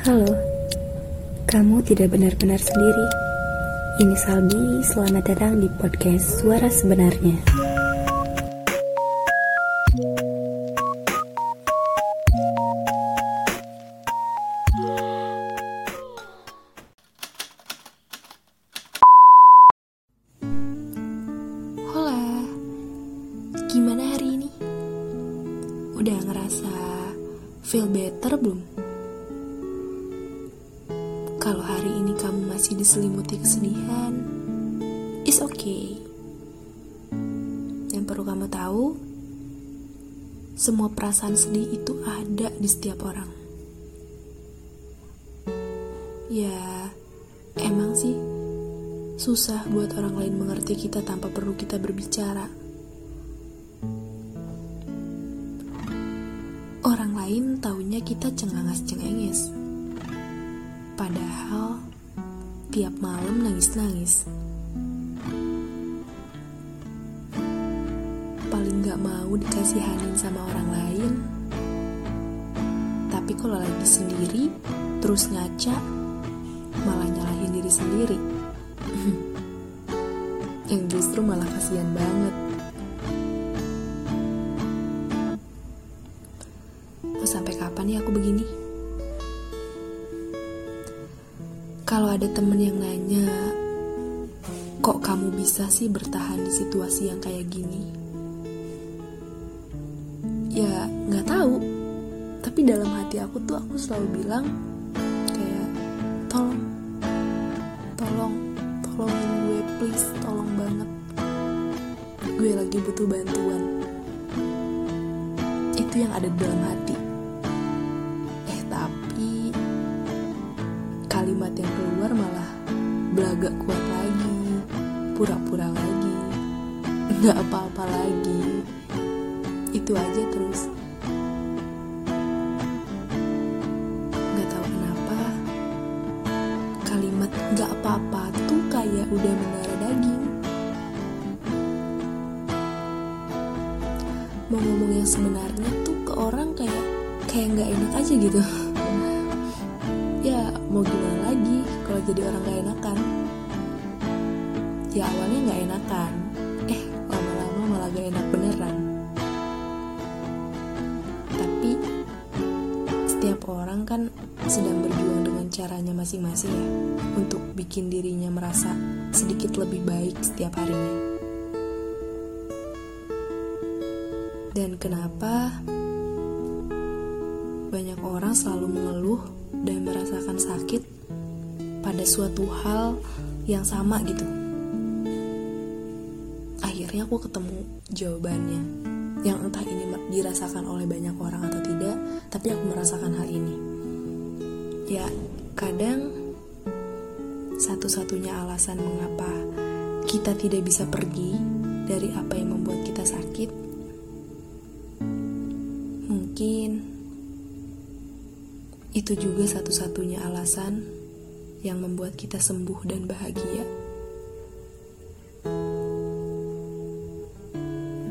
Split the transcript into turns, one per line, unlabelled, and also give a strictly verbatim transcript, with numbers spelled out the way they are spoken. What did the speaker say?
Halo, kamu tidak benar-benar sendiri. Ini Salbi, selamat datang di podcast Suara Sebenarnya.
Hola, gimana hari ini? Udah ngerasa feel better belum? Kalau hari ini kamu masih diselimuti kesedihan, it's okay. Yang perlu kamu tahu, semua perasaan sedih itu ada di setiap orang. Ya, emang sih susah buat orang lain mengerti kita tanpa perlu kita berbicara. Orang lain taunya kita cengangas-cengenges. Padahal tiap malam nangis-nangis. Paling gak mau dikasihanin sama orang lain. Tapi kalau lagi sendiri, terus ngaca, malah nyalahin diri sendiri. Yang justru malah kasihan banget. Mau sampai kapan ya aku begini? Kalau ada temen yang nanya, kok kamu bisa sih bertahan di situasi yang kayak gini? Ya gak tahu. Tapi dalam hati aku tuh aku selalu bilang kayak, tolong, tolong, tolongin gue please, tolong banget. Gue lagi butuh bantuan. Itu yang ada di dalam hati. Eh tapi kalimat yang keluar malah belaga kuat lagi, pura-pura lagi, nggak apa-apa lagi. Itu aja terus. Nggak tahu kenapa kalimat nggak apa-apa tuh kayak udah mendarah daging. Mau ngomong yang sebenarnya tuh ke orang kayak kayak nggak enak aja gitu. Ya mau gimana lagi kalau jadi orang gak enakan. Ya awalnya gak enakan, Eh lama-lama malah gak enak beneran. Tapi setiap orang kan sedang berjuang dengan caranya masing-masing ya, untuk bikin dirinya merasa sedikit lebih baik setiap harinya. Dan kenapa banyak orang selalu mengeluh dan merasakan sakit pada suatu hal yang sama gitu. Akhirnya aku ketemu jawabannya, yang entah ini dirasakan oleh banyak orang atau tidak, tapi aku merasakan hal ini. Ya, kadang satu-satunya alasan mengapa kita tidak bisa pergi dari apa yang membuat kita sakit, mungkin itu juga satu-satunya alasan yang membuat kita sembuh dan bahagia.